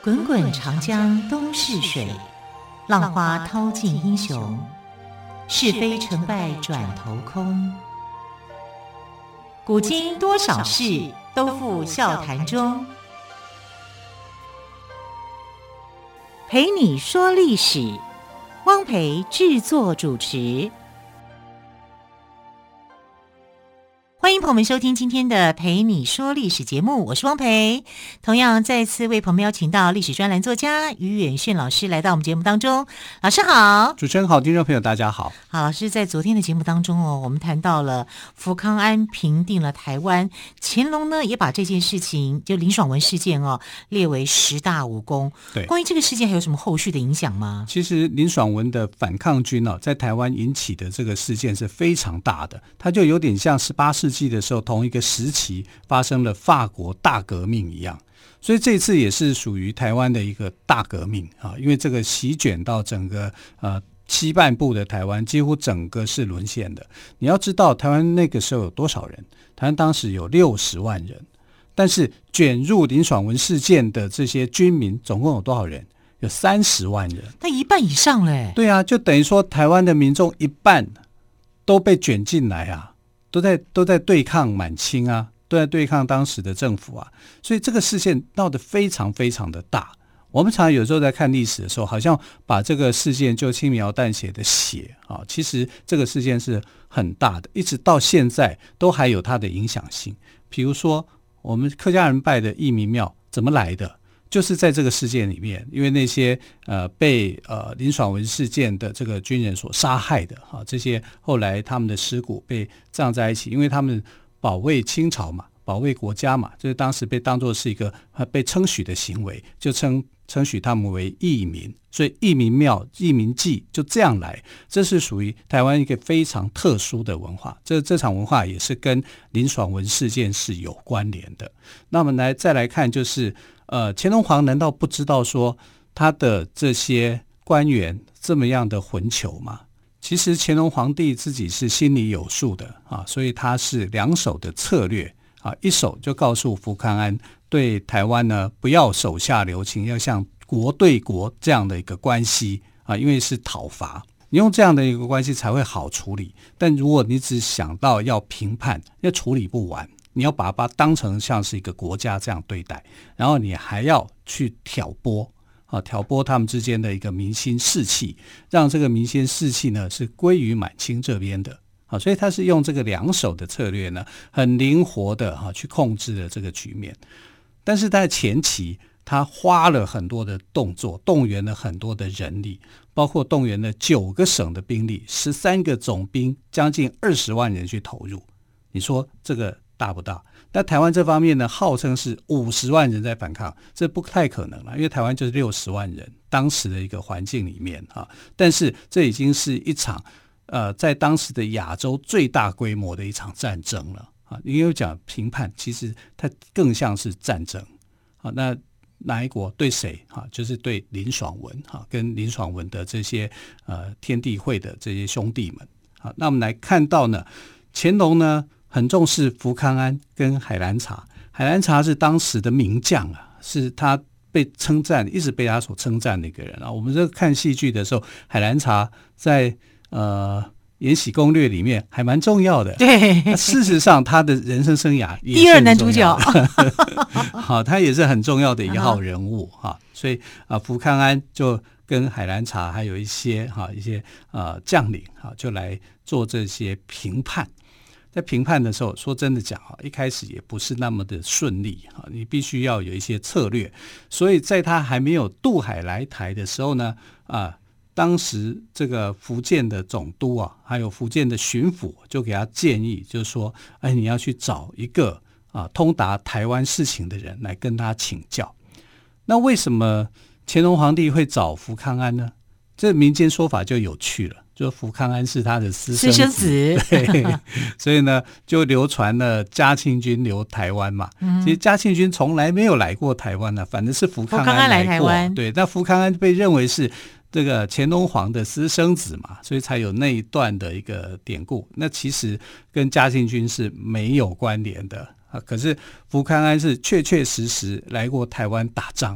滚滚长江东逝水，浪花淘尽英雄。是非成败转头空。古今多少事，都付笑谈中。陪你说历史，汪培制作主持。欢迎朋友们收听今天的陪你说历史节目，我是汪培。同样再次为朋友们邀请到历史专栏作家于远炫老师来到我们节目当中。老师好。 主持人好，听众朋友大家好。 好，老师在昨天的节目当中我们谈到了福康安平定了台湾，乾隆呢也把这件事情就林爽文事件列为10大武功。 对， 关于这个事件还有什么后续的影响吗？ 其实林爽文的反抗军在台湾引起的这个事件是非常大的，它就有点像18世纪的时候同一个时期发生了法国大革命一样，所以这次也是属于台湾的一个大革命因为这个席卷到整个西半部的台湾，几乎整个是沦陷的。你要知道台湾那个时候有多少人，台湾当时有60万人，但是卷入林爽文事件的这些军民总共有多少人？有30万人， 那一半以上嘞。 对啊，就等于说台湾的民众一半都被卷进来啊，都在对抗满清啊，都在对抗当时的政府啊，所以这个事件闹得非常非常的大。我们常常有时候在看历史的时候，好像把这个事件就轻描淡写的写其实这个事件是很大的，一直到现在都还有它的影响性。比如说我们客家人拜的义民庙怎么来的，就是在这个事件里面，因为那些被林爽文事件的这个军人所杀害的这些后来他们的尸骨被葬在一起，因为他们保卫清朝嘛，保卫国家嘛，就是当时被当作是一个被称许的行为，就称许他们为义民，所以义民庙、义民祭就这样来。这是属于台湾一个非常特殊的文化，这场文化也是跟林爽文事件是有关联的。那我们再来看，就是乾隆皇难道不知道说他的这些官员这么样的混球吗？其实乾隆皇帝自己是心里有数的所以他是2手的策略一手就告诉福康安对台湾呢不要手下留情，要像国对国这样的一个关系因为是讨伐，你用这样的一个关系才会好处理。但如果你只想到要评判，要处理不完，你要把它当成像是一个国家这样对待，然后你还要去挑拨他们之间的一个民心士气，让这个民心士气呢是归于满清这边的所以他是用这个2手的策略呢，很灵活的去控制了这个局面。但是在前期他花了很多的动作，动员了很多的人力，包括动员了9个省的兵力，13个总兵，将近20万人去投入。你说这个大不大？但台湾这方面呢，号称是50万人在反抗，这不太可能了，因为台湾就是60万人，当时的一个环境里面但是这已经是一场在当时的亚洲最大规模的一场战争了因为讲评判，其实它更像是战争那哪一国对谁就是对林爽文跟林爽文的这些天地会的这些兄弟们那我们来看到呢，乾隆呢很重视福康安跟海兰察。海兰察是当时的名将是他被称赞，一直被他所称赞的一个人我们这看戏剧的时候，海兰察在延禧攻略里面还蛮重要的。 对， 事实上他的人生生涯也是第2男主角好，他也是很重要的一号人物所以福康安就跟海兰察还有一些将领就来做这些评判。在评判的时候，说真的讲一开始也不是那么的顺利你必须要有一些策略。所以在他还没有渡海来台的时候呢当时这个福建的总督还有福建的巡抚就给他建议，就是说你要去找一个通达台湾事情的人来跟他请教。那为什么乾隆皇帝会找福康安呢？这民间说法就有趣了，就福康安是他的私生子对，所以呢就流传了嘉庆君留台湾嘛其实嘉庆君从来没有来过台湾反正是福康安来过台湾。 对，那福康安被认为是这个乾隆皇的私生子嘛，所以才有那一段的一个典故。那其实跟嘉庆君是没有关联的可是福康安是确确实实来过台湾打仗的，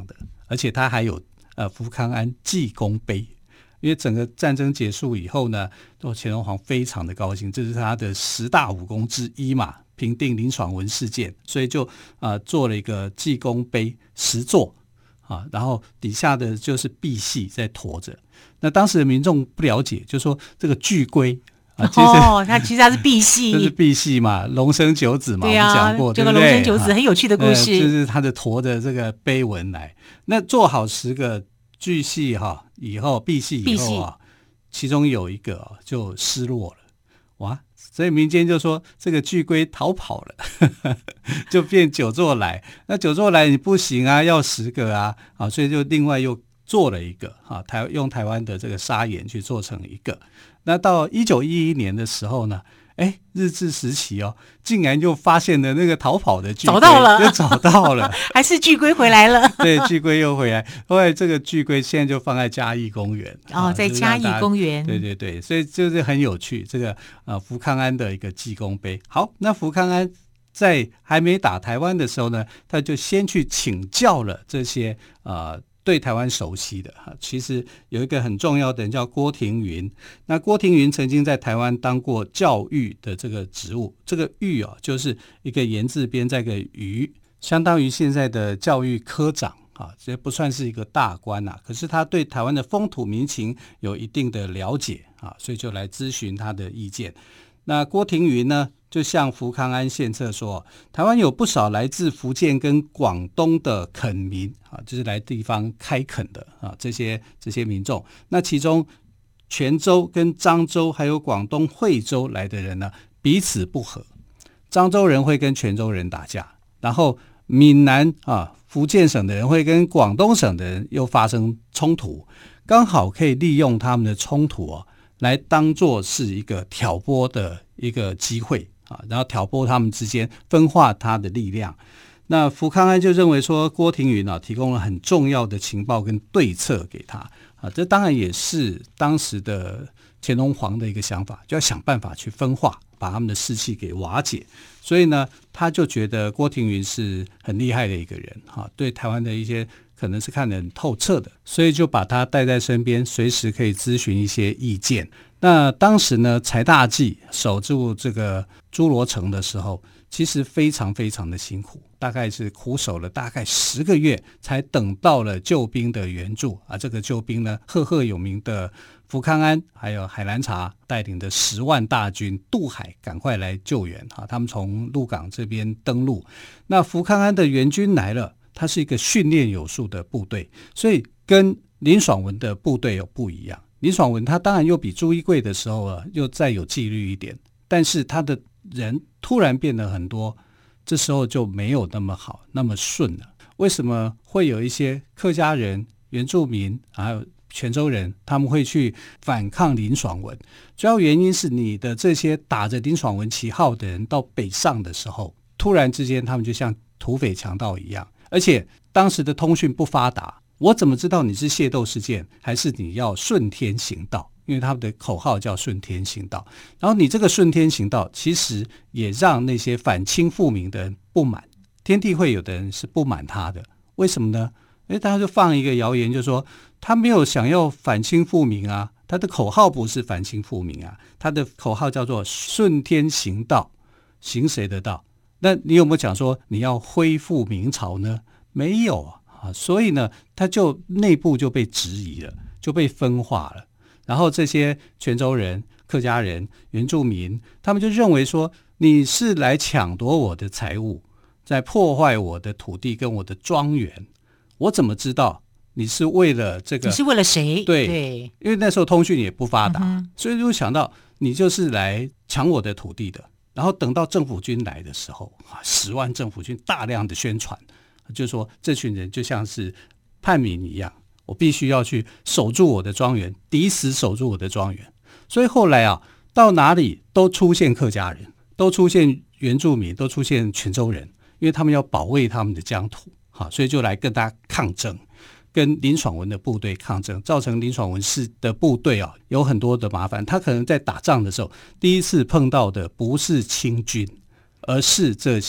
而且他还有福康安记功碑。因为整个战争结束以后呢，乾隆皇非常的高兴，这是他的10大武功之一嘛，平定林爽文事件，所以就做了一个记功碑10座然后底下的就是赑屃在驮着。那当时的民众不了解，就说这个巨龟它其实它是赑屃， 就是赑屃嘛，龙生九子嘛， 对啊， 我们讲过， 这个龙生九子很有趣的故事， 就是他的驮着这个碑文来。那做好10个巨屃以后，赑屃以后其中有一个就失落了，哇！所以民间就说这个巨龟逃跑了就变9座来。那9座来你不行啊，要10个所以就另外又做了一个用台湾的这个砂岩去做成一个。那到1911年的时候呢，日治时期竟然又发现了那个逃跑的巨龟，又找到了还是巨龟回来了对，巨龟又回来。后来这个巨龟现在就放在嘉义公园在嘉义公园， 对对对，所以就是很有趣，这个福康安的一个记功碑。好，那福康安在还没打台湾的时候呢，他就先去请教了这些对台湾熟悉的其实有一个很重要的人叫郭庭云。那郭庭云曾经在台湾当过教育的这个职务，这个育就是一个言字边再一个余，相当于现在的教育科长这不算是一个大官可是他对台湾的风土民情有一定的了解所以就来咨询他的意见。那郭庭云呢，就向福康安献策说，台湾有不少来自福建跟广东的垦民就是来地方开垦的这些民众。那其中泉州跟漳州还有广东惠州来的人呢，彼此不和，漳州人会跟泉州人打架，然后闽南福建省的人会跟广东省的人又发生冲突，刚好可以利用他们的冲突来当作是一个挑拨的一个机会然后挑拨他们之间，分化他的力量。那福康安就认为说，郭庭云提供了很重要的情报跟对策给他这当然也是当时的乾隆皇的一个想法，就要想办法去分化，把他们的士气给瓦解。所以呢，他就觉得郭庭云是很厉害的一个人对台湾的一些可能是看得很透彻的，所以就把他带在身边，随时可以咨询一些意见。那当时呢，柴大纪守住这个诸罗城的时候，其实非常非常的辛苦，大概是苦守了大概10个月，才等到了救兵的援助这个救兵呢，赫赫有名的福康安还有海兰察带领的10万大军渡海，赶快来救援他们从鹿港这边登陆。那福康安的援军来了，他是一个训练有素的部队，所以跟林爽文的部队有不一样。林爽文他当然又比朱一贵的时候又再有纪律一点，但是他的人突然变得很多，这时候就没有那么好那么顺了。为什么会有一些客家人、原住民还有泉州人他们会去反抗林爽文？主要原因是你的这些打着林爽文旗号的人到北上的时候，突然之间他们就像土匪强盗一样，而且当时的通讯不发达，我怎么知道你是械斗事件还是你要顺天行道？因为他们的口号叫顺天行道，然后你这个顺天行道其实也让那些反清复明的人不满，天地会有的人是不满他的。为什么呢？大家就放一个谣言，就说他没有想要反清复明他的口号不是反清复明他的口号叫做顺天行道，行谁的道？那你有没有讲说你要恢复明朝呢？没有所以呢，他就内部就被质疑了，就被分化了。然后这些泉州人、客家人、原住民，他们就认为说你是来抢夺我的财物，在破坏我的土地跟我的庄园，我怎么知道你是为了这个？ 你是为了谁？ 对，因为那时候通讯也不发达，所以就想到你就是来抢我的土地的。然后等到政府军来的时候10万政府军大量的宣传，就说这群人就像是叛民一样，我必须要去守住我的庄园，抵死守住我的庄园。所以后来到哪里都出现客家人，都出现原住民，都出现泉州人，因为他们要保卫他们的疆土所以就来跟他抗争，跟林爽文的部队抗争，造成林爽文的部队有很多的麻烦。他可能在打仗的时候，第一次碰到的不是清军，而是这些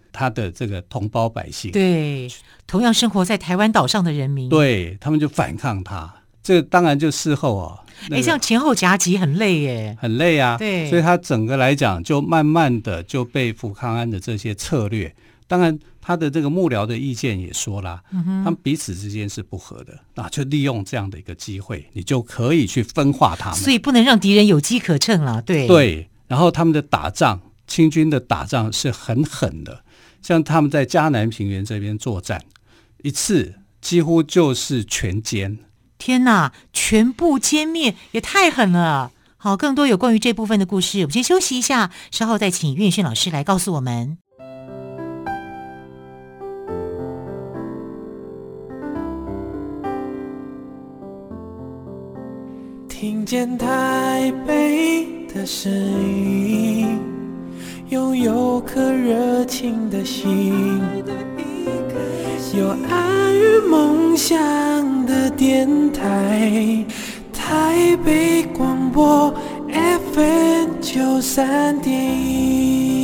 他的这个同胞百姓， 对，同样生活在台湾岛上的人民， 对他们就反抗他。这个当然就事后像前后夹击很累耶， 很累啊。 对， 所以他整个来讲就慢慢的就被福康安的这些策略，当然他的这个幕僚的意见也说啦，他们彼此之间是不合的，就利用这样的一个机会，你就可以去分化他们， 所以不能让敌人有机可乘了。 对，然后他们的打仗，清军的打仗是很狠的，像他们在嘉南平原这边作战，一次几乎就是全歼。 天哪，全部歼灭也太狠了。好，更多有关于这部分的故事，我们先休息一下，稍后再请岳远逊老师来告诉我们。 听见台北的声音，拥有颗热情的心，有爱与梦想的电台，台北广播 FM93.1。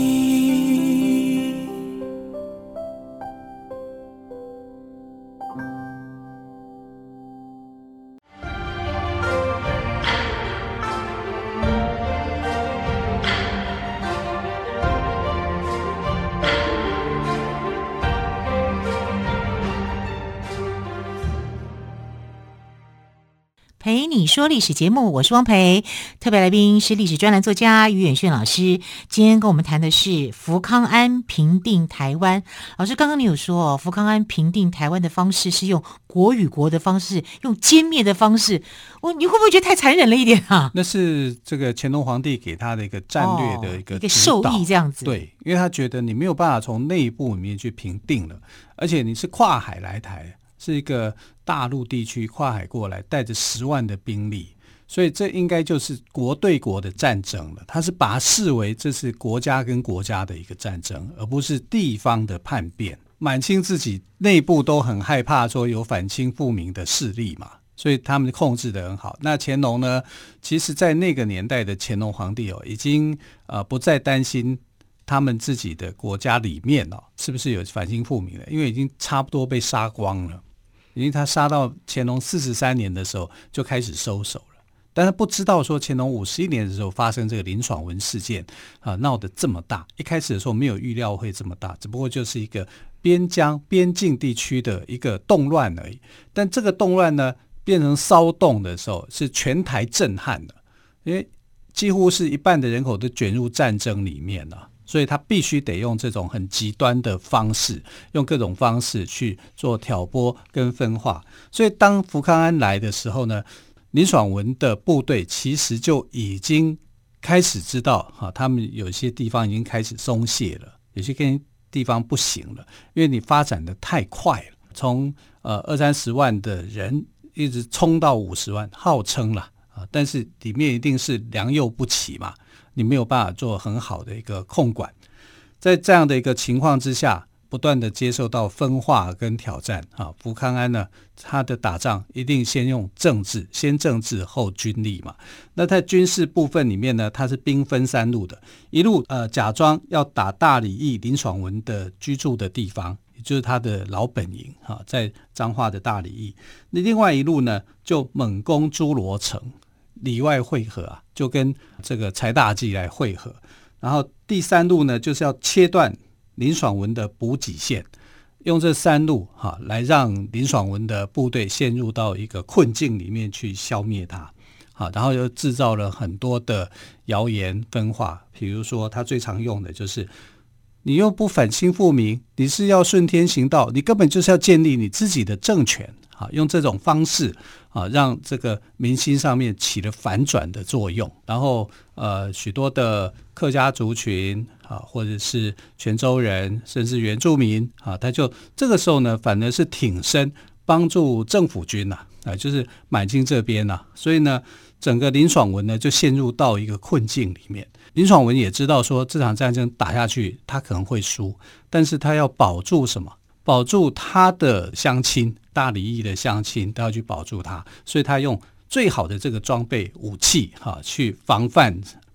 陪你说历史节目，我是汪培，特别来宾是历史专栏作家于远逊老师。今天跟我们谈的是福康安平定台湾。老师，刚刚你有说福康安平定台湾的方式是用国与国的方式，用歼灭的方式，你会不会觉得太残忍了一点啊？ 那是这个乾隆皇帝给他的一个战略的一个授意这样子。 对，因为他觉得你没有办法从内部里面去平定了，而且你是跨海来台，是一个大陆地区跨海过来，带着10万的兵力，所以这应该就是国对国的战争了。他是把它视为这是国家跟国家的一个战争，而不是地方的叛变。满清自己内部都很害怕说有反清复明的势力嘛，所以他们控制得很好。那乾隆呢，其实在那个年代的乾隆皇帝已经不再担心他们自己的国家里面是不是有反清复明了，因为已经差不多被杀光了。因为他杀到乾隆43年的时候就开始收手了，但是不知道说乾隆51年的时候发生这个林爽文事件闹得这么大。一开始的时候没有预料会这么大，只不过就是一个边境地区的一个动乱而已。但这个动乱呢变成骚动的时候是全台震撼的，因为几乎是一半的人口都卷入战争里面了。所以他必须得用这种很极端的方式，用各种方式去做挑拨跟分化。所以当福康安来的时候呢，林爽文的部队其实就已经开始知道他们有些地方已经开始松懈了，有些地方不行了，因为你发展的太快了，从20-30万的人一直冲到50万，号称了但是里面一定是良莠不齐嘛，你没有办法做很好的一个控管。在这样的一个情况之下，不断的接受到分化跟挑战福康安呢，他的打仗一定先用政治，先政治后军力嘛。那在军事部分里面呢，他是兵分3路的，一路假装要打大李义林爽文的居住的地方，也就是他的老本营在彰化的大李义。那另外一路呢，就猛攻诸罗城，里外会合就跟这个柴大济来会合。然后第3路呢，就是要切断林爽文的补给线，用这3路来让林爽文的部队陷入到一个困境里面去消灭他。然后又制造了很多的谣言分化，比如说他最常用的就是你又不反清复明，你是要顺天行道，你根本就是要建立你自己的政权用这种方式让这个民心上面起了反转的作用。然后许多的客家族群或者是泉州人甚至原住民他就这个时候呢反而是挺身帮助政府军就是满清这边所以呢整个林爽文呢就陷入到一个困境里面。林爽文也知道说这场战争打下去他可能会输，但是他要保住什么？保住他的乡亲，大李义的乡亲都要去保住他，所以他用最好的这个装备武器去防范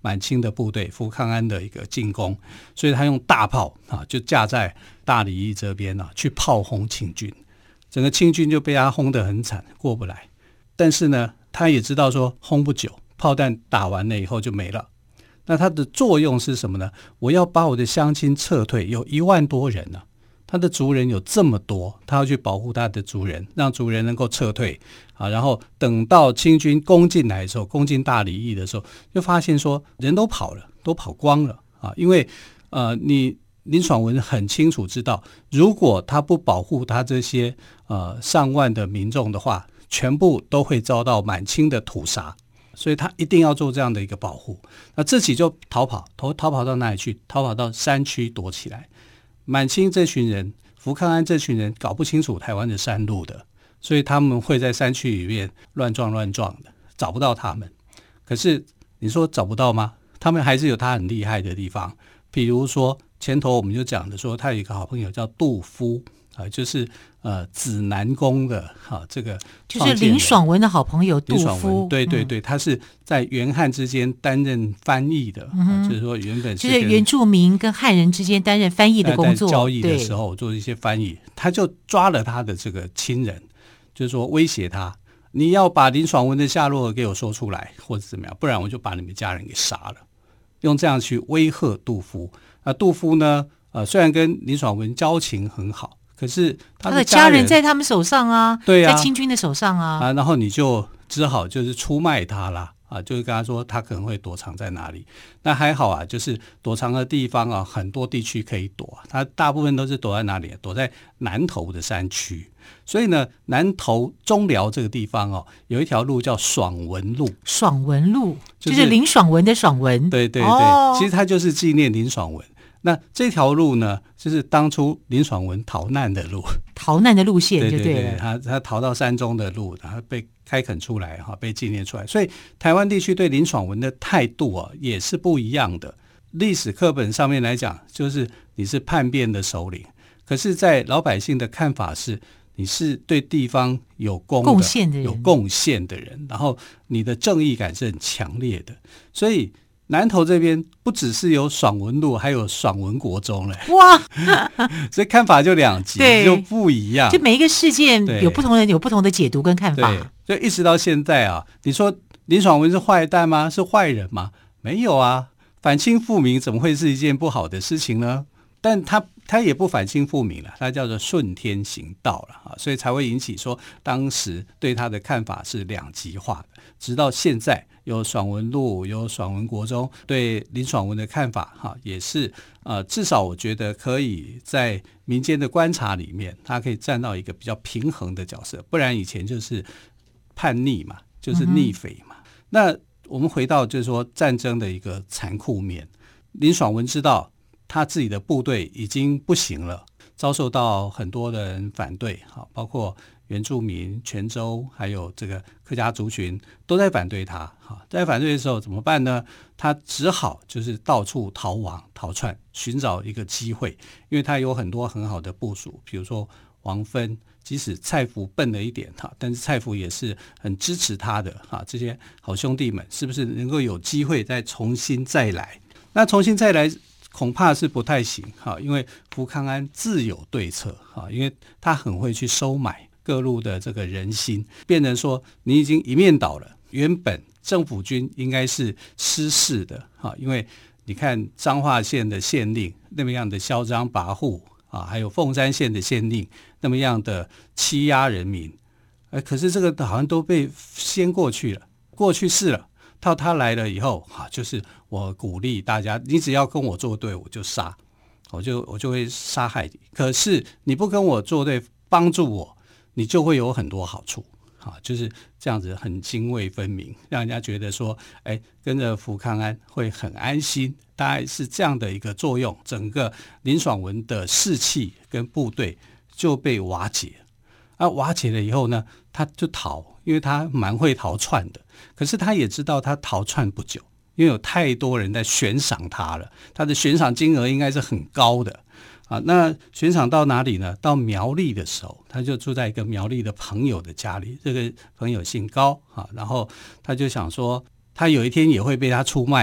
满清的部队福康安的一个进攻，所以他用大炮就架在大理驿这边去炮轰清军，整个清军就被他轰得很惨，过不来。但是呢，他也知道说轰不久，炮弹打完了以后就没了。那它的作用是什么呢？我要把我的乡亲撤退，有1万多人呢，他的族人有这么多，他要去保护他的族人，让族人能够撤退然后等到清军攻进来的时候，攻进大理驿的时候，就发现说人都跑了，都跑光了因为你林爽文很清楚知道，如果他不保护他这些上万的民众的话，全部都会遭到满清的屠杀，所以他一定要做这样的一个保护。那自己就逃跑到哪里去？逃跑到山区躲起来。满清这群人，福康安这群人搞不清楚台湾的山路的，所以他们会在山区里面乱撞的，找不到他们。可是你说找不到吗？他们还是有他很厉害的地方。比如说前头我们就讲的说，他有一个好朋友叫杜夫就是指南宫的这个就是林爽文的好朋友杜夫， 对对对，他是在元汉之间担任翻译的就是说原本是就是原住民跟汉人之间担任翻译的工作， 在交易的时候做一些翻译，他就抓了他的这个亲人，就是说威胁他，你要把林爽文的下落给我说出来，或者怎么样，不然我就把你们家人给杀了，用这样去威吓杜夫。杜夫呢虽然跟林爽文交情很好，可是他的家人在他们手上对啊， 在清军的手上然后你就只好就是出卖他啦就是跟他说他可能会躲藏在哪里。那还好就是躲藏的地方很多地区可以躲，他大部分都是躲在哪里？躲在南投的山区。所以呢，南投中寮这个地方有一条路叫爽文路。 爽文路就是林爽文的爽文。 对对对，其实它就是纪念林爽文。那这条路呢，就是当初林爽文逃难的路，逃难的路线就对了。他逃到山中的路，然后被开垦出来被纪念出来。所以台湾地区对林爽文的态度也是不一样的。历史课本上面来讲，就是你是叛变的首领，可是在老百姓的看法是你是对地方有贡献的人，然后你的正义感是很强烈的。所以南投这边不只是有爽文路，还有爽文国中嘞，哇！所以看法就两极，就不一样。 就每一个事件有不同人有不同的解读跟看法。 对，就一直到现在你说林爽文是坏蛋吗？是坏人吗？没有反清复明怎么会是一件不好的事情呢？但他也不反清复明了，他叫做顺天行道了所以才会引起说当时对他的看法是两极化的。直到现在有爽文路，有爽文国中，对林爽文的看法也是至少我觉得可以在民间的观察里面，他可以站到一个比较平衡的角色，不然以前就是叛逆嘛，就是逆匪嘛。那我们回到就是说战争的一个残酷面，林爽文知道他自己的部队已经不行了，遭受到很多人反对包括原住民、泉州还有这个客家族群都在反对他在反对的时候怎么办呢？他只好就是到处逃亡逃窜，寻找一个机会，因为他有很多很好的部属，比如说王芬，即使蔡福笨了一点但是蔡福也是很支持他的这些好兄弟们是不是能够有机会再重新再来？那重新再来恐怕是不太行因为福康安自有对策因为他很会去收买各路的这个人心，变成说你已经一面倒了，原本政府军应该是失势的因为你看彰化县的县令那么样的嚣张跋扈还有凤山县的县令那么样的欺压人民可是这个好像都被掀过去了，过去式了。到他来了以后就是我鼓励大家，你只要跟我作对我就杀，我就会杀害你，可是你不跟我作对帮助我，你就会有很多好处就是这样子很泾渭分明，让人家觉得说跟着福康安会很安心，大概是这样的一个作用。整个林爽文的士气跟部队就被瓦解瓦解了以后呢，他就逃，因为他蛮会逃窜的，可是他也知道他逃窜不久，因为有太多人在悬赏他了，他的悬赏金额应该是很高的那悬赏到哪里呢？到苗栗的时候，他就住在一个苗栗的朋友的家里，这个朋友姓高然后他就想说他有一天也会被他出卖了，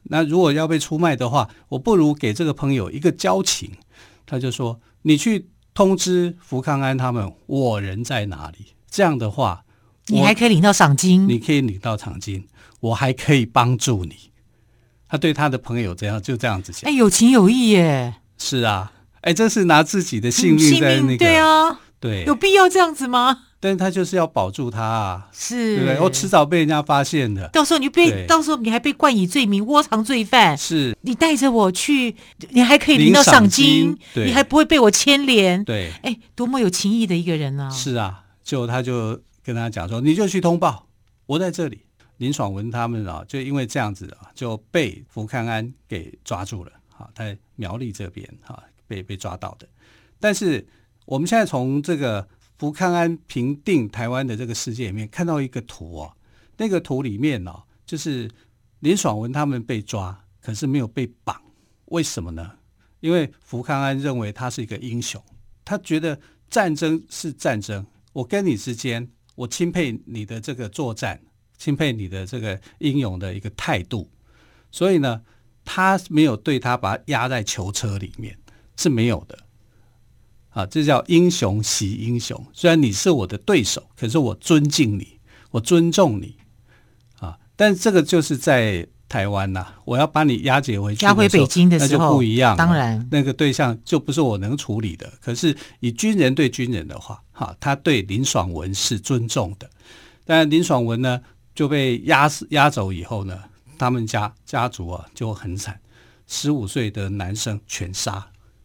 那如果要被出卖的话，我不如给这个朋友一个交情。他就说，你去通知福康安他们我人在哪里，这样的话你还可以领到赏金， 你可以领到赏金，我还可以帮助你。他对他的朋友就这样子想， 有情有义耶。 是啊，这是拿自己的性命在那个， 对啊， 对， 有必要这样子吗？ 但是他就是要保住他啊， 是， 对不对？我迟早被人家发现的， 到时候你还被冠以罪名窝藏罪犯。 是， 你带着我去，你还可以领到赏金，你还不会被我牵连。 对， 多么有情义的一个人啊！ 是啊，他就跟他讲说，你就去通报，我在这里。林爽文他们啊，就因为这样子啊，就被福康安给抓住了。在苗栗这边被抓到的。但是我们现在从这个福康安平定台湾的这个事件里面看到一个图那个图里面就是林爽文他们被抓，可是没有被绑，为什么呢？因为福康安认为他是一个英雄，他觉得战争是战争，我跟你之间，我钦佩你的这个作战，钦佩你的这个英勇的一个态度，所以呢，他没有对他把他压在囚车里面，是没有的。这叫英雄惜英雄。虽然你是我的对手，可是我尊敬你，我尊重你但这个就是在台湾我要把你押解回去， 押回北京的时候， 那就不一样。 当然， 那个对象就不是我能处理的。可是以军人对军人的话，他对林爽文是尊重的。但林爽文呢，就被押走以后呢，他们家族就很惨，15岁的男生全杀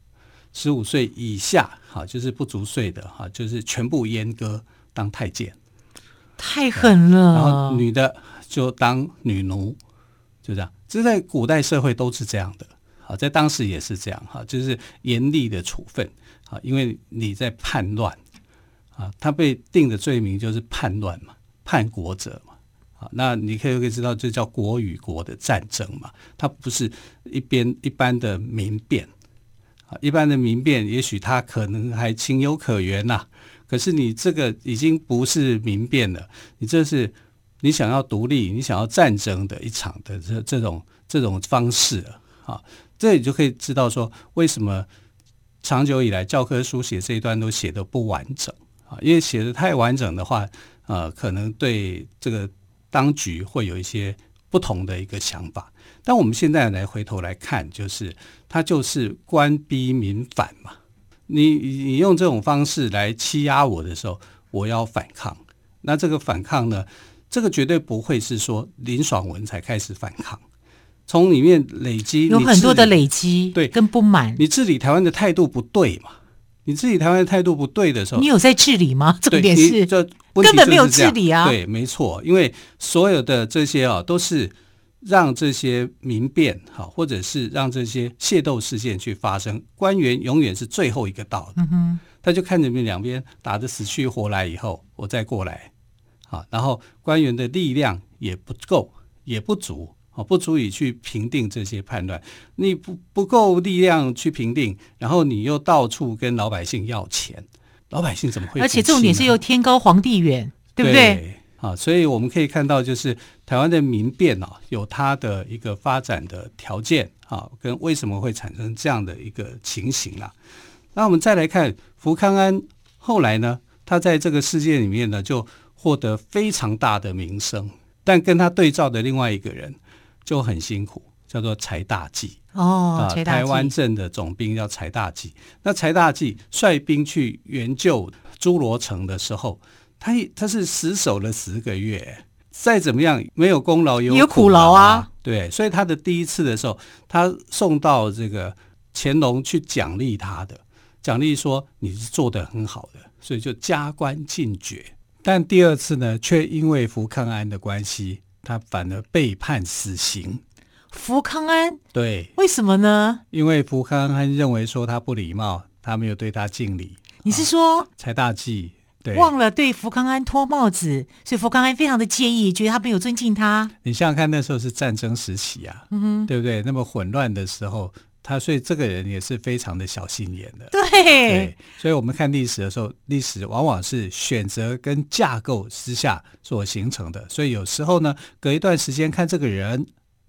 ，15岁以下就是不足岁的就是全部阉割当太监， 太狠了。 然后女的就当女奴，就这样。这在古代社会都是这样的，在当时也是这样，就是严厉的处分，因为你在叛乱他被定的罪名就是叛乱嘛，叛国者嘛。那你可以知道，这叫国与国的战争嘛，它不是一般的民变。一般的民变也许他可能还情有可原可是你这个已经不是民变了，你这是你想要独立，你想要战争的一场的这种方式这你就可以知道说，为什么长久以来教科书写这一段都写得不完整因为写得太完整的话可能对这个当局会有一些不同的一个想法。但我们现在回头来看，就是他就是官逼民反嘛，你用这种方式来欺压我的时候，我要反抗。那这个反抗呢，这个绝对不会是说林爽文才开始反抗，从里面累积有很多的累积， 对， 跟不满。 你治理台湾的态度不对嘛？你治理台湾的态度不对的时候， 你有在治理吗？重点是根本没有治理啊。 对，没错，因为所有的这些都是让这些民变或者是让这些械斗事件去发生，官员永远是最后一个到的。他就看着你们两边打得死去活来以后，我再过来然后官员的力量也不够，也不足不足以去平定这些叛乱。你不够力量去平定，然后你又到处跟老百姓要钱，老百姓怎么会服气呢？ 而且重点是又天高皇帝远，对不对？ 所以我们可以看到，就是台湾的民变有它的一个发展的条件跟为什么会产生这样的一个情形那我们再来看福康安后来呢，他在这个事件里面呢，就获得非常大的名声，但跟他对照的另外一个人就很辛苦，叫做柴大纪台湾镇的总兵叫柴大纪。那柴大纪率兵去援救诸罗城的时候，他是死守了10个月，再怎么样没有功劳也有苦劳啊。对，所以他的第一次的时候，他送到这个乾隆去奖励他的，奖励说你是做得很好的，所以就加官进爵。但第二次呢，却因为福康安的关系，他反而被判死刑。 福康安？ 对， 为什么呢？ 因为福康安认为说他不礼貌，他没有对他敬礼。 你是说柴大纪忘了对福康安脱帽子，所以福康安非常的介意，觉得他没有尊敬他。 你想想看，那时候是战争时期对不对？那么混乱的时候，所以这个人也是非常的小心眼的。对，所以我们看历史的时候，历史往往是选择跟架构之下所形成的。所以有时候呢，隔一段时间看这个人，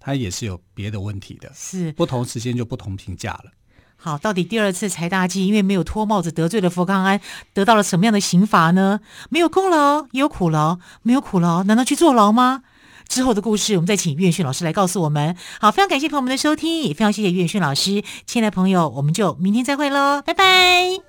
他也是有别的问题的， 是不同时间就不同评价了。 好，到底第二次柴大基因为没有脱帽子得罪了福康安，得到了什么样的刑罚呢？没有功劳也有苦劳，没有苦劳难道去坐牢吗？之后的故事我们再请岳远逊老师来告诉我们。好，非常感谢朋友们的收听，也非常谢谢岳远逊老师。亲爱的朋友，我们就明天再会喽，拜拜。